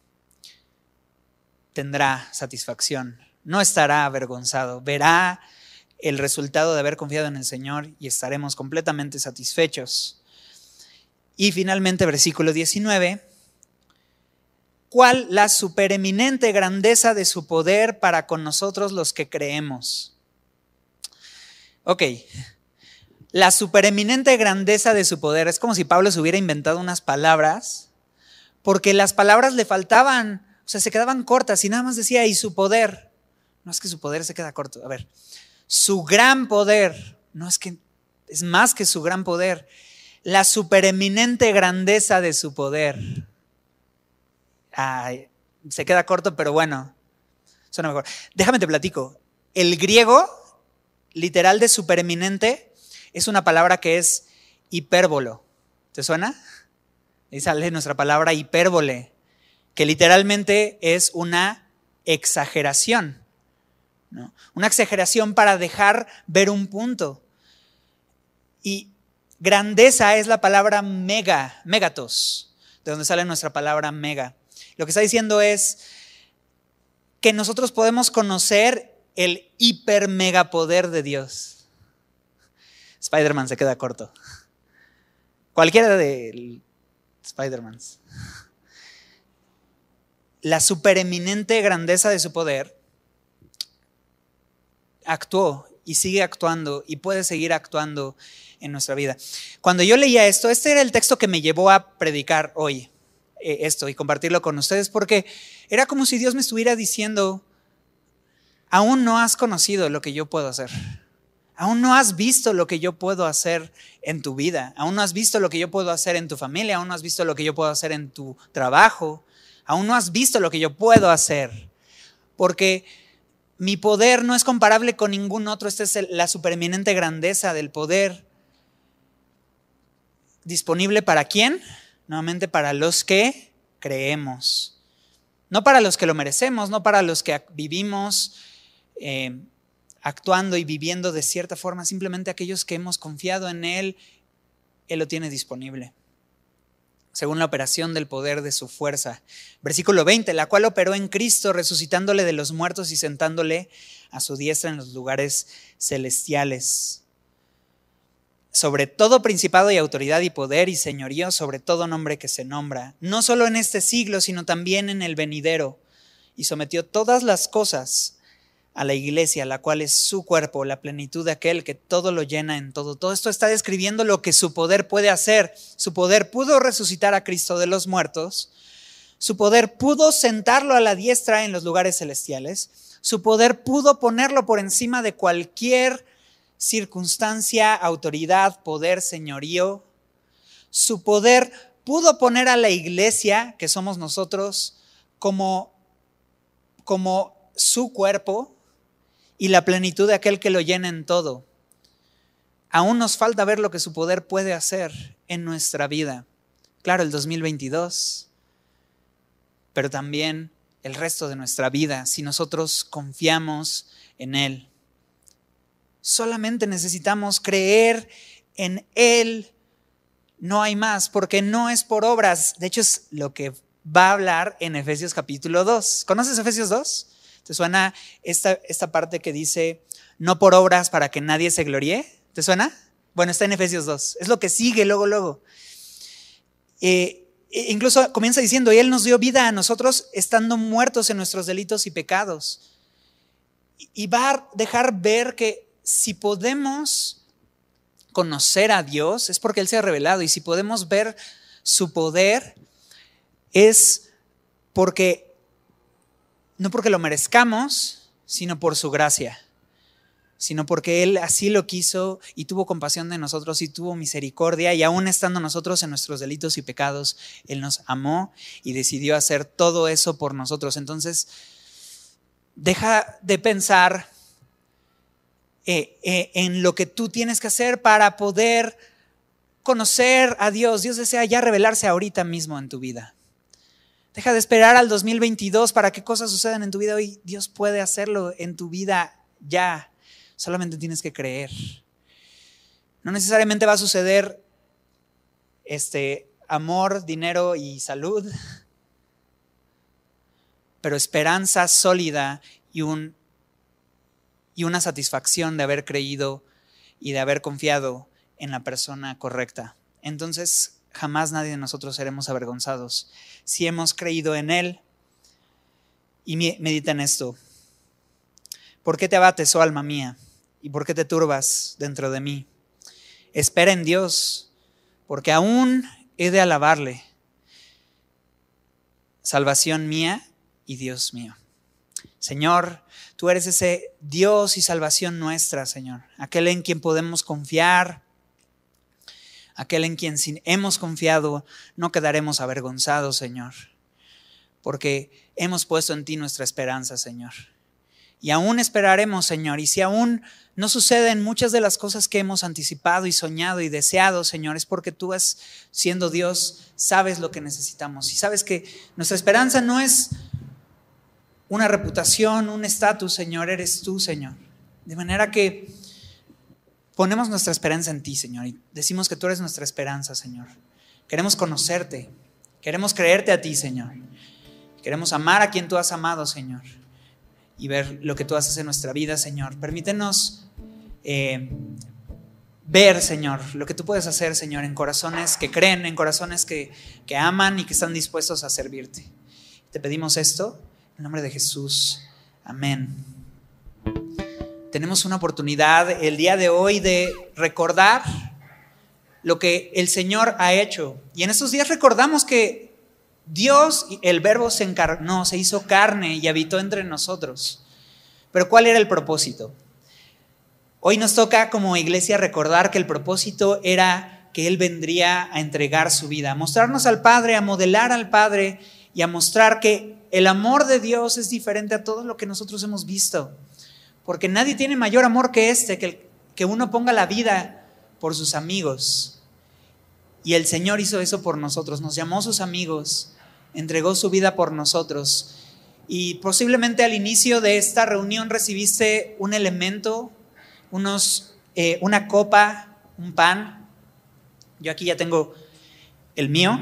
tendrá satisfacción, no estará avergonzado, verá el resultado de haber confiado en el Señor y estaremos completamente satisfechos. Y finalmente, versículo 19, ¿cuál la supereminente grandeza de su poder para con nosotros los que creemos? Ok, la supereminente grandeza de su poder, es como si Pablo se hubiera inventado unas palabras, porque las palabras le faltaban, o sea, se quedaban cortas y nada más decía, y su poder. No es que su poder se queda corto, a ver, su gran poder, no es que, es más que su gran poder. la supereminente grandeza de su poder. Ay, se queda corto, pero bueno, suena mejor. Déjame te platico. El griego, literal de supereminente, es una palabra que es hipérbolo. ¿Te suena? Ahí sale nuestra palabra hipérbole, que literalmente es una exageración, ¿no? Una exageración para dejar ver un punto. Y grandeza es la palabra megatos, de donde sale nuestra palabra mega. Lo que está diciendo es que nosotros podemos conocer el hiper mega poder de Dios. Spider-Man se queda corto. Cualquiera de Spider-Mans. La supereminente grandeza de su poder actuó y sigue actuando y puede seguir actuando en nuestra vida. Cuando yo leía esto, este era el texto que me llevó a predicar hoy esto y compartirlo con ustedes, porque era como si Dios me estuviera diciendo: aún no has conocido lo que yo puedo hacer. Aún no has visto lo que yo puedo hacer en tu vida. Aún no has visto lo que yo puedo hacer en tu familia. Aún no has visto lo que yo puedo hacer en tu trabajo. Aún no has visto lo que yo puedo hacer. Porque mi poder no es comparable con ningún otro. Esta es la supereminente grandeza del poder. ¿Disponible para quién? Nuevamente, para los que creemos. No para los que lo merecemos, no para los que vivimos actuando y viviendo de cierta forma. Simplemente aquellos que hemos confiado en Él, Él lo tiene disponible, según la operación del poder de su fuerza. Versículo 20, la cual operó en Cristo, resucitándole de los muertos y sentándole a su diestra en los lugares celestiales. Sobre todo principado y autoridad y poder y señorío, sobre todo nombre que se nombra, no solo en este siglo, sino también en el venidero. Y sometió todas las cosas a la iglesia, la cual es su cuerpo, la plenitud de aquel que todo lo llena en todo. Todo esto está describiendo lo que su poder puede hacer. Su poder pudo resucitar a Cristo de los muertos. Su poder pudo sentarlo a la diestra en los lugares celestiales. Su poder pudo ponerlo por encima de cualquier circunstancia, autoridad, poder, señorío. Su poder pudo poner a la iglesia, que somos nosotros, como su cuerpo y la plenitud de aquel que lo llena en todo. Aún nos falta ver lo que su poder puede hacer en nuestra vida. Claro, el 2022, pero también el resto de nuestra vida, si nosotros confiamos en Él. Solamente necesitamos creer en Él. No hay más, porque no es por obras. De hecho, es lo que va a hablar en Efesios capítulo 2. ¿Conoces Efesios 2? ¿Te suena esta parte que dice, no por obras para que nadie se gloríe? ¿Te suena? Bueno, está en Efesios 2. Es lo que sigue luego. Incluso comienza diciendo, y Él nos dio vida a nosotros estando muertos en nuestros delitos y pecados. Y va a dejar ver que si podemos conocer a Dios es porque Él se ha revelado, y si podemos ver su poder es porque no porque lo merezcamos, sino por su gracia, sino porque Él así lo quiso y tuvo compasión de nosotros y tuvo misericordia, y aún estando nosotros en nuestros delitos y pecados, Él nos amó y decidió hacer todo eso por nosotros. Entonces, deja de pensar en lo que tú tienes que hacer para poder conocer a Dios. Dios desea ya revelarse ahorita mismo en tu vida. Deja de esperar al 2022 para que cosas sucedan en tu vida hoy. Dios puede hacerlo en tu vida ya. Solamente tienes que creer. No necesariamente va a suceder amor, dinero y salud, pero esperanza sólida y una satisfacción de haber creído y de haber confiado en la persona correcta. Entonces, jamás nadie de nosotros seremos avergonzados si hemos creído en Él. Y medita en esto. ¿Por qué te abates, oh alma mía? ¿Y por qué te turbas dentro de mí? Espera en Dios, porque aún he de alabarle, salvación mía y Dios mío. Señor, tú eres ese Dios y salvación nuestra, Señor, aquel en quien podemos confiar, aquel en quien si hemos confiado no quedaremos avergonzados, Señor, porque hemos puesto en ti nuestra esperanza, Señor. Y aún esperaremos, Señor, y si aún no suceden muchas de las cosas que hemos anticipado y soñado y deseado, Señor, es porque tú, siendo Dios, sabes lo que necesitamos y sabes que nuestra esperanza no es una reputación, un estatus, Señor, eres tú, Señor. De manera que ponemos nuestra esperanza en ti, Señor, y decimos que tú eres nuestra esperanza, Señor. Queremos conocerte, queremos creerte a ti, Señor. Queremos amar a quien tú has amado, Señor, y ver lo que tú haces en nuestra vida, Señor. Permítenos ver, Señor, lo que tú puedes hacer, Señor, en corazones que creen, en corazones que aman y que están dispuestos a servirte. Te pedimos esto en nombre de Jesús. Amén. Tenemos una oportunidad el día de hoy de recordar lo que el Señor ha hecho. Y en estos días recordamos que Dios, el Verbo, se encarnó, se hizo carne y habitó entre nosotros. Pero ¿cuál era el propósito? Hoy nos toca como iglesia recordar que el propósito era que Él vendría a entregar su vida, a mostrarnos al Padre, a modelar al Padre y a mostrar que el amor de Dios es diferente a todo lo que nosotros hemos visto. Porque nadie tiene mayor amor que que uno ponga la vida por sus amigos. Y el Señor hizo eso por nosotros, nos llamó sus amigos, entregó su vida por nosotros. Y posiblemente al inicio de esta reunión recibiste un elemento, una copa, un pan. Yo aquí ya tengo el mío.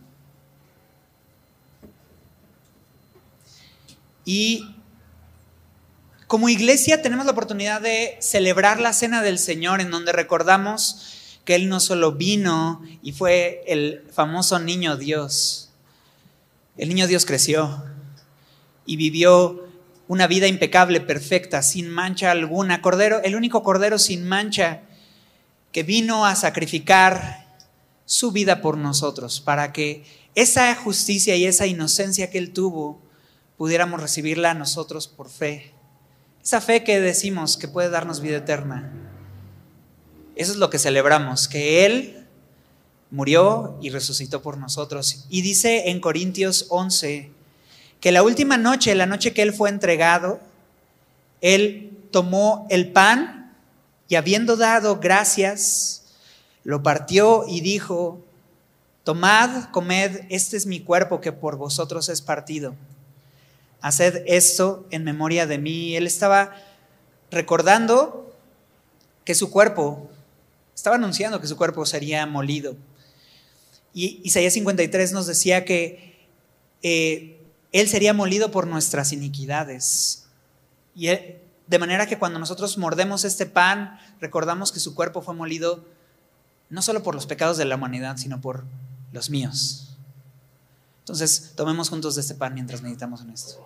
Y como iglesia tenemos la oportunidad de celebrar la cena del Señor, en donde recordamos que Él no solo vino y fue el famoso niño Dios. El niño Dios creció y vivió una vida impecable, perfecta, sin mancha alguna. El único cordero sin mancha que vino a sacrificar su vida por nosotros, para que esa justicia y esa inocencia que Él tuvo, pudiéramos recibirla a nosotros por fe. Esa fe que decimos que puede darnos vida eterna. Eso es lo que celebramos, que Él murió y resucitó por nosotros. Y dice en Corintios 11 que la última noche, la noche que Él fue entregado, Él tomó el pan y habiendo dado gracias, lo partió y dijo: tomad, comed, este es mi cuerpo que por vosotros es partido. Haced esto en memoria de mí. Él estaba recordando que su cuerpo, estaba anunciando que su cuerpo sería molido. Y Isaías 53 nos decía que Él sería molido por nuestras iniquidades. Y de manera que cuando nosotros mordemos este pan, recordamos que su cuerpo fue molido no solo por los pecados de la humanidad, sino por los míos. Entonces, tomemos juntos de este pan mientras meditamos en esto.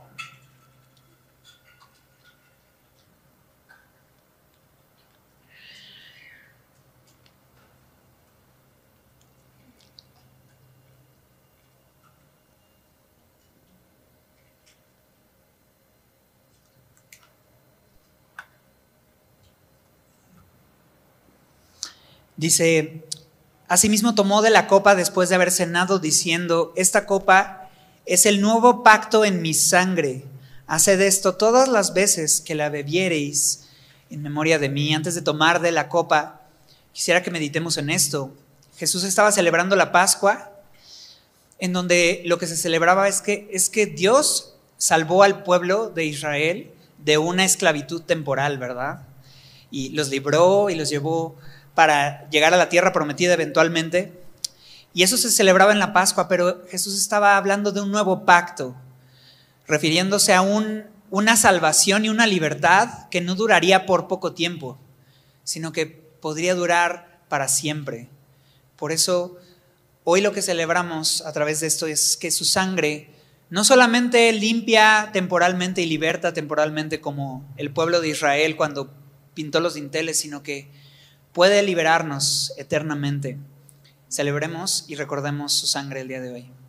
Dice: asimismo tomó de la copa después de haber cenado, diciendo: esta copa es el nuevo pacto en mi sangre. Haced esto todas las veces que la bebiereis en memoria de mí. Antes de tomar de la copa, quisiera que meditemos en esto. Jesús estaba celebrando la Pascua, en donde lo que se celebraba es que Dios salvó al pueblo de Israel de una esclavitud temporal, ¿verdad? Y los libró y los llevó para llegar a la tierra prometida eventualmente. Y eso se celebraba en la Pascua, pero Jesús estaba hablando de un nuevo pacto, refiriéndose a una salvación y una libertad que no duraría por poco tiempo, sino que podría durar para siempre. Por eso, hoy lo que celebramos a través de esto es que su sangre no solamente limpia temporalmente y liberta temporalmente como el pueblo de Israel cuando pintó los dinteles, sino que puede liberarnos eternamente. Celebremos y recordemos su sangre el día de hoy.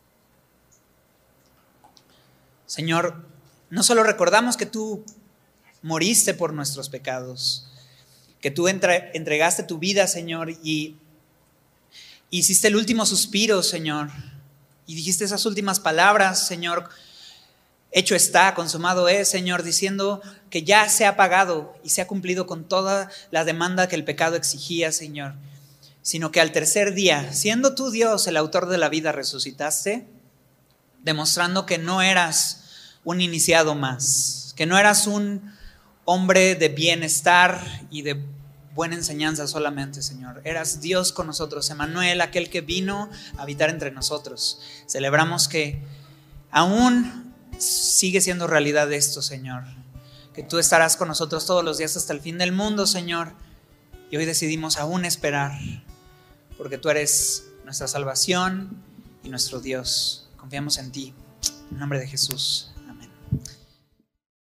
Señor, no solo recordamos que tú moriste por nuestros pecados, que tú entregaste tu vida, Señor, y hiciste el último suspiro, Señor, y dijiste esas últimas palabras, Señor: hecho está, consumado es, Señor, diciendo que ya se ha pagado y se ha cumplido con toda la demanda que el pecado exigía, Señor. Sino que al tercer día, siendo tú Dios, el autor de la vida, resucitaste, demostrando que no eras un iniciado más, que no eras un hombre de bienestar y de buena enseñanza solamente, Señor. Eras Dios con nosotros, Emmanuel, aquel que vino a habitar entre nosotros. Celebramos que aún sigue siendo realidad esto, Señor, que tú estarás con nosotros todos los días hasta el fin del mundo, Señor. Y hoy decidimos aún esperar, porque tú eres nuestra salvación y nuestro Dios. Confiamos en ti. En el nombre de Jesús.